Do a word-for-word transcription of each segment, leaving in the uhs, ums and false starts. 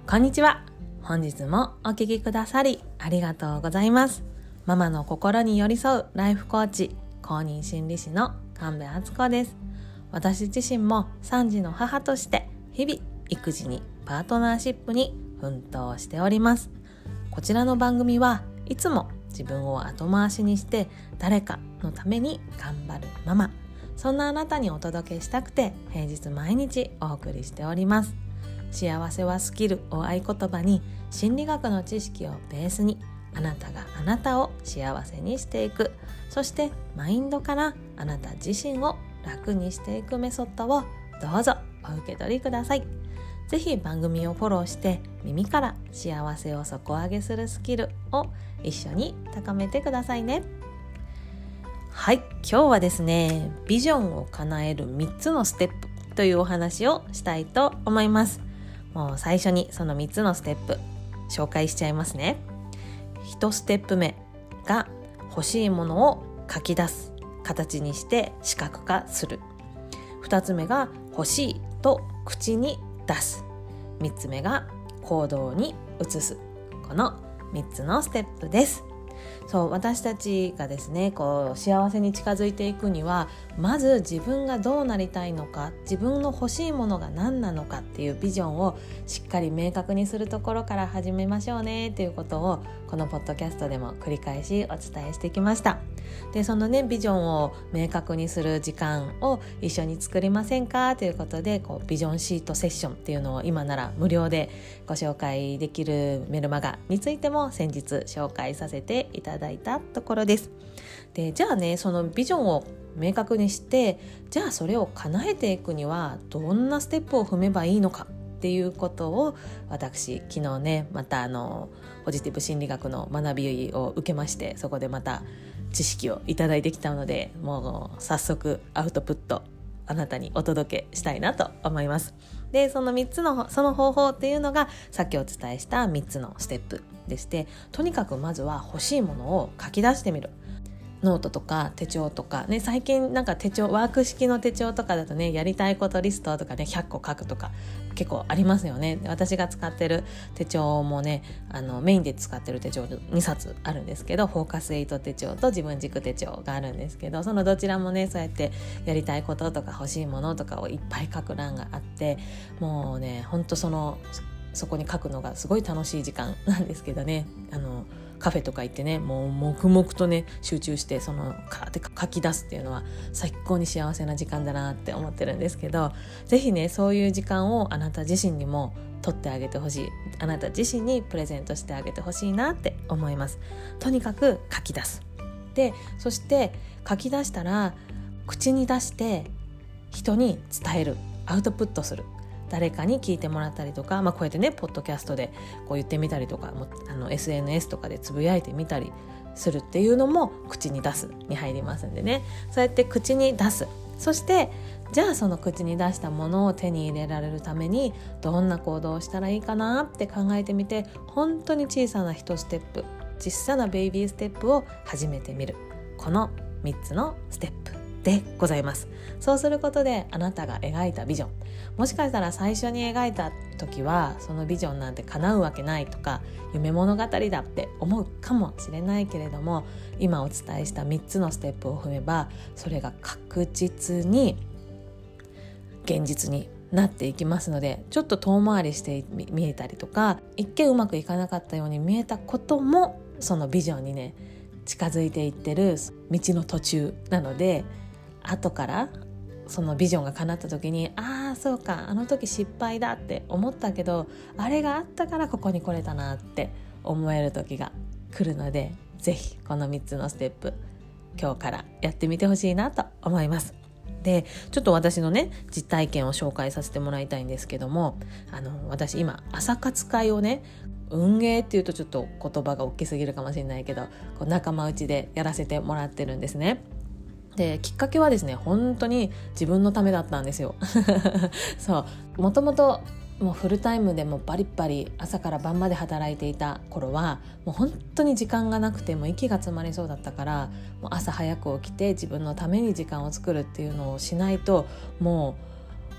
こんにちは。本日もお聞きくださりありがとうございます。ママの心に寄り添うライフコーチ、公認心理師の神戸敦子です。私自身もさん児の母として日々育児にパートナーシップに奮闘しております。こちらの番組はいつも自分を後回しにして誰かのために頑張るママ、そんなあなたにお届けしたくて平日毎日お送りしております。幸せはスキルを合言葉に心理学の知識をベースにあなたがあなたを幸せにしていく、そしてマインドからあなた自身を楽にしていくメソッドをどうぞお受け取りください。ぜひ番組をフォローして耳から幸せを底上げするスキルを一緒に高めてくださいね。はい、今日はですね、ビジョンを叶えるみっつのステップというお話をしたいと思います。もう最初にそのみっつのステップ紹介しちゃいますね。いちステップ目が欲しいものを書き出す、形にして視覚化する。ふたつめが欲しいと口に出す。みっつめが行動に移す。このみっつのステップです。そう、私たちがですね、こう幸せに近づいていくには、まず自分がどうなりたいのか、自分の欲しいものが何なのかっていうビジョンをしっかり明確にするところから始めましょうねっていうことをこのポッドキャストでも繰り返しお伝えしてきました。で、そのねビジョンを明確にする時間を一緒に作りませんかということで、こうビジョンシートセッションっていうのを今なら無料でご紹介できるメルマガについても先日紹介させていただいたところです。で、じゃあね、そのビジョンを明確にして、じゃあそれを叶えていくにはどんなステップを踏めばいいのかっていうことを、私昨日ねまたあのポジティブ心理学の学びを受けまして、そこでまた知識をいただいてきたので、もう早速アウトプットあなたにお届けしたいなと思います。で、そのみっつのその方法っていうのがさっきお伝えしたみっつのステップでして、とにかくまずは欲しいものを書き出してみる。ノートとか手帳とかね、最近なんか手帳、ワーク式の手帳とかだとね、やりたいことリストとかねひゃっこ書くとか結構ありますよね。私が使ってる手帳もね、あのメインで使ってる手帳にさつあるんですけど、フォーカスエイト手帳と自分軸手帳があるんですけど、そのどちらもねそうやってやりたいこととか欲しいものとかをいっぱい書く欄があって、もうねほんとそのそこに書くのがすごい楽しい時間なんですけどね、あのカフェとか行ってね、もう黙々とね集中してそのカーって書き出すっていうのは最高に幸せな時間だなって思ってるんですけど、ぜひねそういう時間をあなた自身にも取ってあげてほしい、あなた自身にプレゼントしてあげてほしいなって思います。とにかく書き出す。で、そして書き出したら口に出して人に伝える、アウトプットする。誰かに聞いてもらったりとか、まあ、こうやってねポッドキャストでこう言ってみたりとか、もあの エスエヌエス とかでつぶやいてみたりするっていうのも口に出すに入りますんでね、そうやって口に出す。そしてじゃあその口に出したものを手に入れられるためにどんな行動をしたらいいかなって考えてみて、本当に小さな一ステップ、小さなベイビーステップを始めてみる。このみっつのステップでございます。そうすることであなたが描いたビジョン、もしかしたら最初に描いた時はそのビジョンなんて叶うわけないとか夢物語だって思うかもしれないけれども、今お伝えしたみっつのステップを踏めばそれが確実に現実になっていきますので、ちょっと遠回りして見えたりとか、一見うまくいかなかったように見えたこともそのビジョンにね近づいていってる道の途中なので、後からそのビジョンが叶った時に、ああそうか、あの時失敗だって思ったけどあれがあったからここに来れたなって思える時が来るので、ぜひこのみっつのステップ今日からやってみてほしいなと思います。で、ちょっと私のね実体験を紹介させてもらいたいんですけども、あの私今朝活会をね、運営っていうとちょっと言葉が大きすぎるかもしれないけど、こう仲間内でやらせてもらってるんですね。で、きっかけはですね、本当に自分のためだったんですよそう、もともともうフルタイムでもバリッバリ朝から晩まで働いていた頃は、もう本当に時間がなくてもう息が詰まりそうだったから、もう朝早く起きて自分のために時間を作るっていうのをしないと、も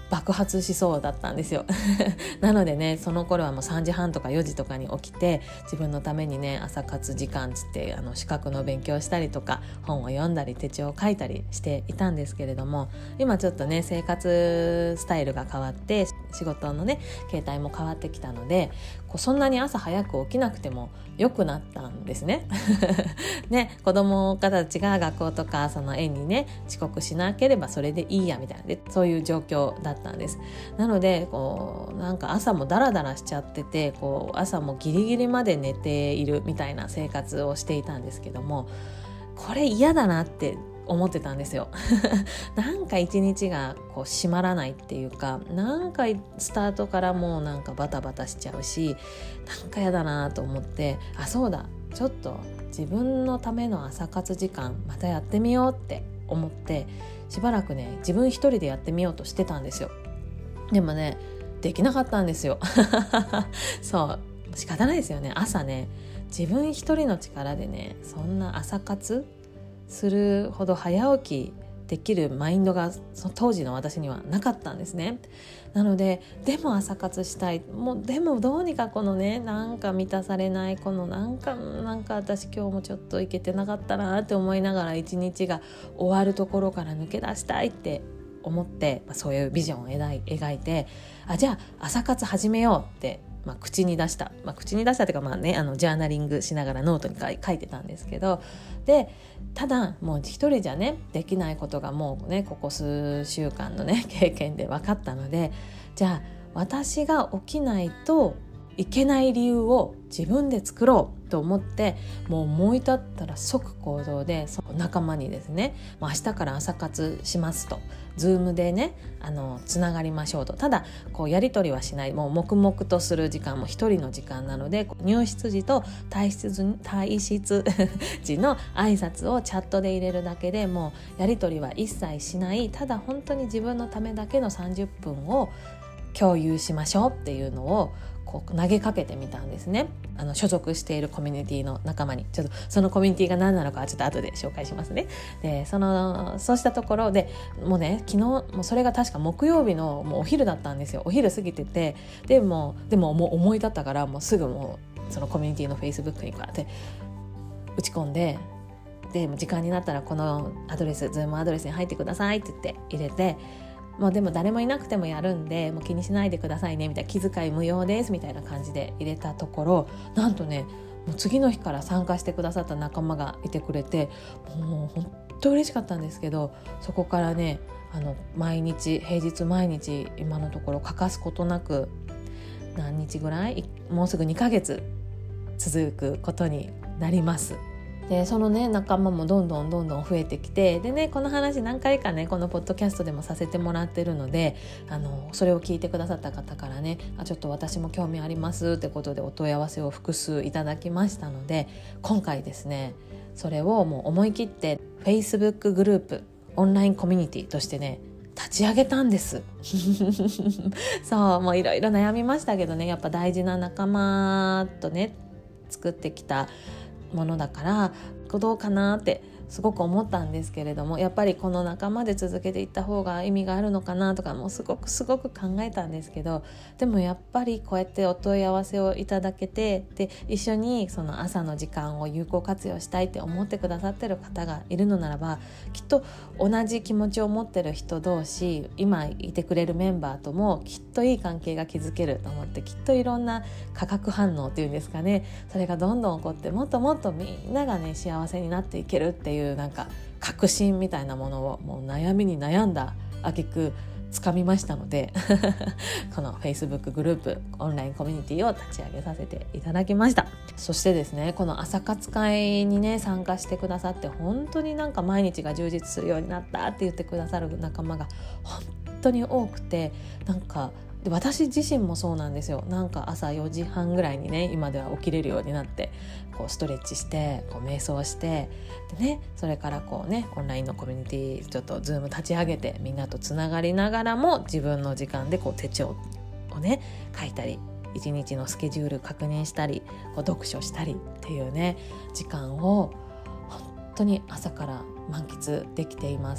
爆発しそうだったんですよなのでね、その頃はもうさんじはんとかよじとかに起きて、自分のためにね朝活時間つってあの資格の勉強したりとか、本を読んだり手帳を書いたりしていたんですけれども、今ちょっとね生活スタイルが変わって仕事のね形態も変わってきたので、こうそんなに朝早く起きなくても良くなったんですねね、子供たちが学校とかその園にね遅刻しなければそれでいいやみたいなで、そういう状況だったんです。なのでこうなんか朝もダラダラしちゃってて、こう朝もギリギリまで寝ているみたいな生活をしていたんですけども、これ嫌だなって思ってたんですよなんか一日がこう締まらないっていうか、なんかスタートからもうなんかバタバタしちゃうし、なんか嫌だなと思って、あそうだちょっと自分のための朝活時間またやってみようって思って、しばらくね自分一人でやってみようとしてたんですよ。でもねできなかったんですよそう仕方ないですよね。朝ね自分一人の力でねそんな朝活するほど早起きできるマインドがその当時の私にはなかったんですね。なのででも朝活したい、もうでもどうにかこのねなんか満たされないこのなんかなんか私今日もちょっといけてなかったなって思いながら一日が終わるところから抜け出したいって思って、まあ、そういうビジョンを描いて、あじゃあ朝活始めようってまあ、口に出した、まあ、口に出したというか、まあね、あのジャーナリングしながらノートに書い、書いてたんですけど、でただもう一人じゃねできないことがもうねここ数週間のね経験で分かったので、じゃあ私が起きないといけない理由を自分で作ろうと思って、もう思い立ったら即行動で、その仲間にですね、明日から朝活しますと、ズームでねあのつながりましょうと。ただこうやり取りはしない、もう黙々とする時間も一人の時間なので、入室時と退室時、退室時の挨拶をチャットで入れるだけで、もうやり取りは一切しない、ただ本当に自分のためだけのさんじゅっぷんを共有しましょうっていうのをこう投げかけてみたんですね。あの所属しているコミュニティの仲間に。ちょっとそのコミュニティが何なのかはちょっと後で紹介しますね。でそのそうしたところでもうね昨日もうそれが確か木曜日のもうお昼だったんですよ。お昼過ぎてて、でもでももう思い立ったからもうすぐもうそのコミュニティのフェイスブックにこうやって打ち込んで、で時間になったらこのアドレスズームアドレスに入ってくださいって言って入れて、もうでも誰もいなくてもやるんでもう気にしないでくださいねみたいな、気遣い無用ですみたいな感じで入れたところ、なんとねもう次の日から参加してくださった仲間がいてくれて、もう本当嬉しかったんですけど、そこからねあの毎日平日毎日今のところ欠かすことなく何日ぐらいもうすぐにかげつ続くことになります。でそのね仲間もどんどんどんどん増えてきて、でねこの話何回かねこのポッドキャストでもさせてもらってるので、あのそれを聞いてくださった方からね、あちょっと私も興味ありますってことでお問い合わせを複数いただきましたので、今回ですねそれをもう思い切って Facebook グループオンラインコミュニティとしてね立ち上げたんですそうもういろいろ悩みましたけどね、やっぱ大事な仲間とね作ってきたものだからどうかなってすごく思ったんですけれども、やっぱりこの仲間で続けていった方が意味があるのかなとかもすごくすごく考えたんですけど、でもやっぱりこうやってお問い合わせをいただけて、で一緒にその朝の時間を有効活用したいって思ってくださってる方がいるのならば、きっと同じ気持ちを持ってる人同士、今いてくれるメンバーともきっといい関係が築けると思って、きっといろんな化学反応っていうんですかね、それがどんどん起こって、もっともっとみんながね幸せになっていけるっていうなんか確信みたいなものをもう悩みに悩んだ挙句つかみましたのでこの Facebook グループオンラインコミュニティを立ち上げさせていただきました。そしてですねこの朝活会にね参加してくださって、本当になんか毎日が充実するようになったって言ってくださる仲間が本当に多くて、なんかで私自身もそうなんですよ。なんか朝よじはんぐらいにね今では起きれるようになって、こうストレッチしてこう瞑想してでね、それからこうねオンラインのコミュニティちょっとズーム立ち上げてみんなとつながりながらも自分の時間でこう手帳をね書いたり、一日のスケジュール確認したり、こう読書したりっていうね時間を本当に朝から満喫できています。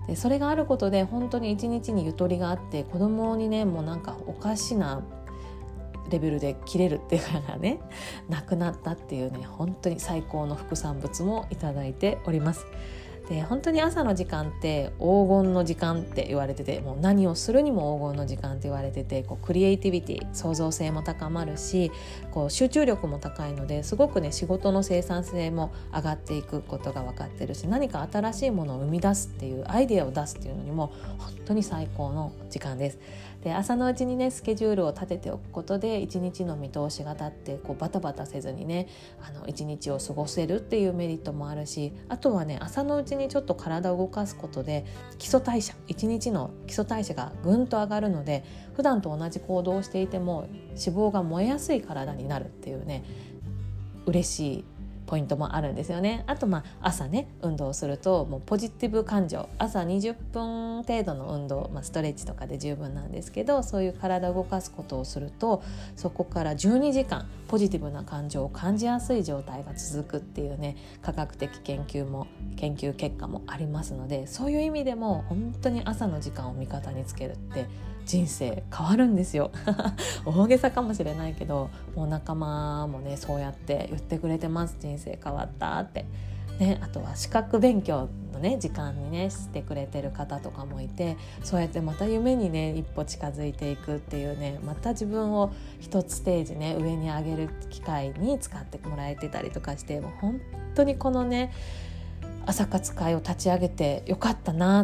でそれがあることで本当に一日にゆとりがあって、子供にねもうなんかおかしなレベルで切れるっていうのがねなくなったっていうね、本当に最高の副産物もいただいております。で本当に朝の時間って黄金の時間って言われてて、もう何をするにも黄金の時間って言われてて、こうクリエイティビティ、創造性も高まるし、こう集中力も高いので、すごくね仕事の生産性も上がっていくことが分かってるし、何か新しいものを生み出すっていうアイデアを出すっていうのにも本当に最高の時間です。で朝のうちにねスケジュールを立てておくことで一日の見通しが立って、こうバタバタせずにねあの一日を過ごせるっていうメリットもあるし、あとはね朝のうちにちょっと体を動かすことで基礎代謝、一日の基礎代謝がぐんと上がるので、普段と同じ行動をしていても脂肪が燃えやすい体になるっていうね嬉しいポイントもあるんですよね。あとまあ朝ね運動するともうポジティブ感情、朝にじゅっぷん程度の運動、まあ、ストレッチとかで十分なんですけど、そういう体を動かすことをすると、そこからじゅうにじかんポジティブな感情を感じやすい状態が続くっていうね科学的研究も研究結果もありますので、そういう意味でも本当に朝の時間を味方につけるって人生変わるんですよ大げさかもしれないけど、もう仲間もねそうやって言ってくれてます。人生変わったってね。あとは資格勉強のね時間にねしてくれてる方とかもいて、そうやってまた夢にね一歩近づいていくっていうね、また自分を一つステージね上に上げる機会に使ってもらえてたりとかして、もう本当にこのね朝活会を立ち上げてよかったなって、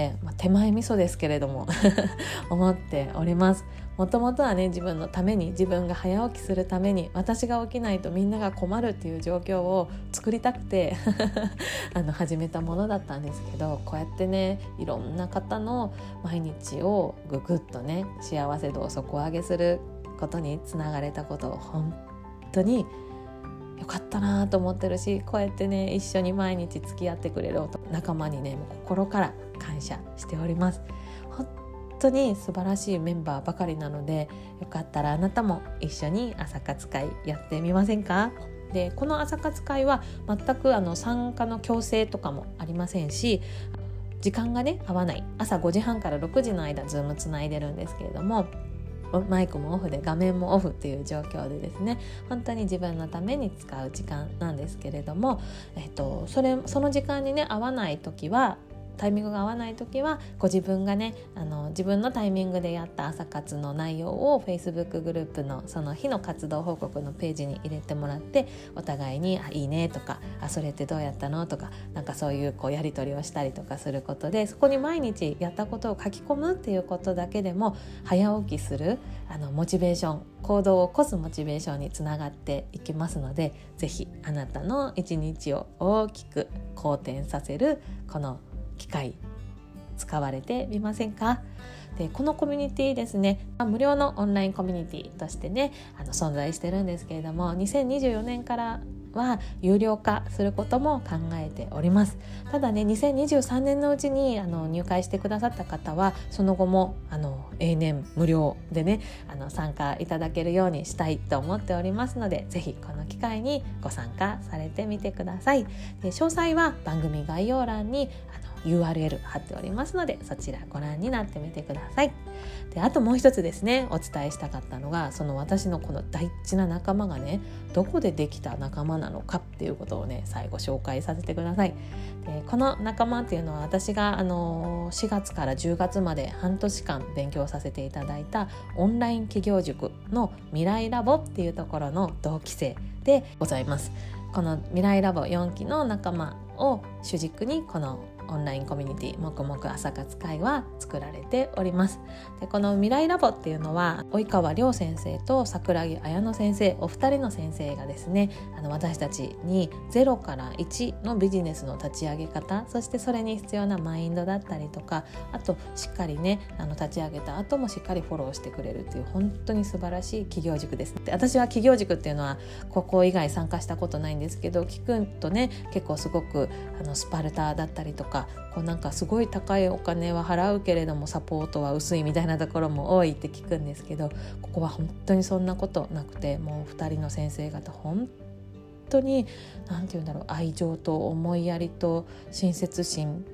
まあ、手前味噌ですけれども思っております。もともとはね自分のために、自分が早起きするために、私が起きないとみんなが困るっていう状況を作りたくてあの始めたものだったんですけど、こうやってねいろんな方の毎日をぐぐっとね幸せ度を底上げすることにつながれたことを本当によかったなと思ってるし、こうやってね一緒に毎日付き合ってくれる仲間にねもう心から感謝しております。本当に素晴らしいメンバーばかりなので、よかったらあなたも一緒に朝活会やってみませんか。でこの朝活会は全くあの参加の強制とかもありませんし、時間がね合わない、朝ごじはんからろくじの間ズームつないでるんですけれども、マイクもオフで画面もオフっていう状況でですね、本当に自分のために使う時間なんですけれども、えっと、それその時間にね合わない時は、タイミングが合わない時はご自分がねあの自分のタイミングでやった朝活の内容を Facebook グループのその日の活動報告のページに入れてもらって、お互いにあいいねとか、あそれってどうやったのとか、なんかそういうこうやり取りをしたりとかすることで、そこに毎日やったことを書き込むっていうことだけでも早起きするあのモチベーション、行動を起こすモチベーションにつながっていきますので、ぜひあなたの一日を大きく好転させるこの機会使われてみませんか。でこのコミュニティですね、無料のオンラインコミュニティとしてねあの存在してるんですけれども、にせんにじゅうよねんからは有料化することも考えております。ただねにせんにじゅうさんねんのうちにあの入会してくださった方は、その後もあの永年無料でねあの参加いただけるようにしたいと思っておりますので、ぜひこの機会にご参加されてみてください。で詳細は番組概要欄にあの ユーアールエル 貼っておりますので、そちらご覧になってみてください。であともう一つですねお伝えしたかったのが、その私のこの大事な仲間がねどこでできた仲間なのかっていうことをね最後紹介させてください。でこの仲間っていうのは、私があのしがつからじゅうがつまで半年間勉強させていただいたオンライン企業塾の未来ラボっていうところの同期生でございます。この未来ラボよんきの仲間を主軸に、このオンラインコミュニティもくもく朝活会は作られております。でこの未来ラボっていうのは、及川亮先生と桜木彩乃先生、お二人の先生がですねあの私たちにゼロからいちのビジネスの立ち上げ方、そしてそれに必要なマインドだったりとか、あとしっかりねあの立ち上げた後もしっかりフォローしてくれるっていう本当に素晴らしい企業塾です。で私は企業塾っていうのはここ以外参加したことないんですけど、聞くとね結構すごくあのスパルタだったりとか、こうなんかすごい高いお金は払うけれどもサポートは薄いみたいなところも多いって聞くんですけど、ここは本当にそんなことなくて、もうふたりの先生方本当になんていうんだろう、愛情と思いやりと親切心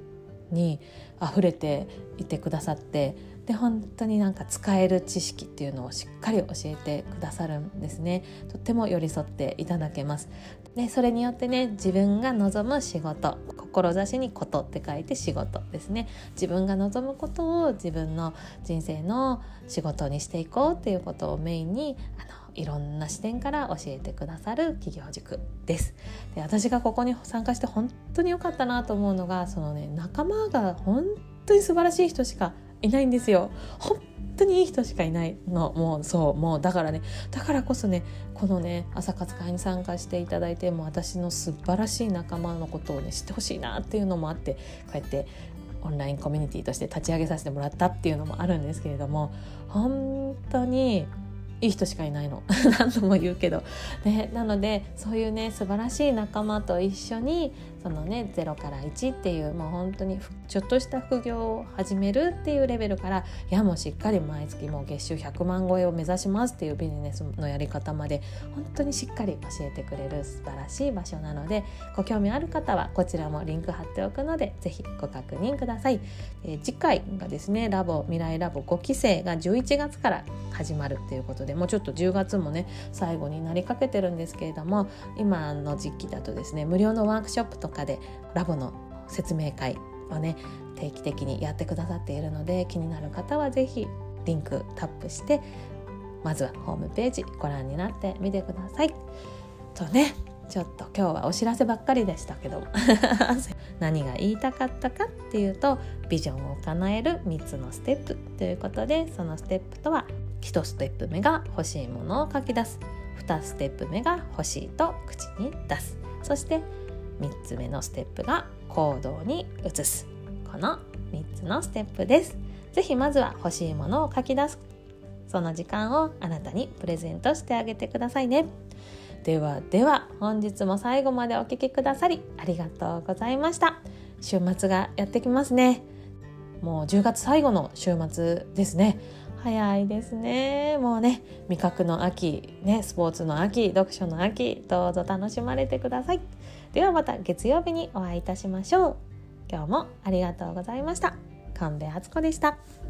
に溢れていてくださって、で本当になんか使える知識っていうのをしっかり教えてくださるんですね。とっても寄り添っていただけます。でそれによってね、自分が望む仕事、志にことって書いて仕事ですね。自分が望むことを自分の人生の仕事にしていこうっていうことをメインに、あのいろんな視点から教えてくださる企業塾です。で私がここに参加して本当に良かったなと思うのが、そのね、仲間が本当に素晴らしい人しかいないんですよ。本当にいい人しかいないの。もうそうもうだからねだからこそね、このね朝活会に参加していただいて、もう私の素晴らしい仲間のことをね知ってほしいなっていうのもあって、こうやってオンラインコミュニティとして立ち上げさせてもらったっていうのもあるんですけれども、本当にいい人しかいないの何度も言うけど、ね、なのでそういうね素晴らしい仲間と一緒にそのねゼロからいちっていう、もう本当にちょっとした副業を始めるっていうレベルから、いやもうしっかり毎月もう月収ひゃくまん超えを目指しますっていうビジネスのやり方まで本当にしっかり教えてくれる素晴らしい場所なので、ご興味ある方はこちらもリンク貼っておくのでぜひご確認ください。えー、次回がですねラボ未来ラボごき生がじゅういちがつから始まるっていうことで、もうちょっとじゅうがつもね最後になりかけてるんですけれども、今の時期だとですね無料のワークショップとかでラボの説明会をね定期的にやってくださっているので、気になる方はぜひリンクタップしてまずはホームページご覧になってみてください。とねちょっと今日はお知らせばっかりでしたけど何が言いたかったかっていうと、ビジョンを叶えるみっつのステップということで、そのステップとはいちステップ目が欲しいものを書き出す、にステップ目が欲しいと口に出す、そしてみっつめのステップが行動に移す、このみっつのステップです。ぜひまずは欲しいものを書き出す、その時間をあなたにプレゼントしてあげてくださいね。ではでは本日も最後までお聞きくださりありがとうございました。週末がやってきますね。もうじゅうがつ最後の週末ですね。早いですね。もうね味覚の秋、ね、スポーツの秋、読書の秋、どうぞ楽しまれてください。ではまた月曜日にお会いいたしましょう。今日もありがとうございました。神戸敦子でした。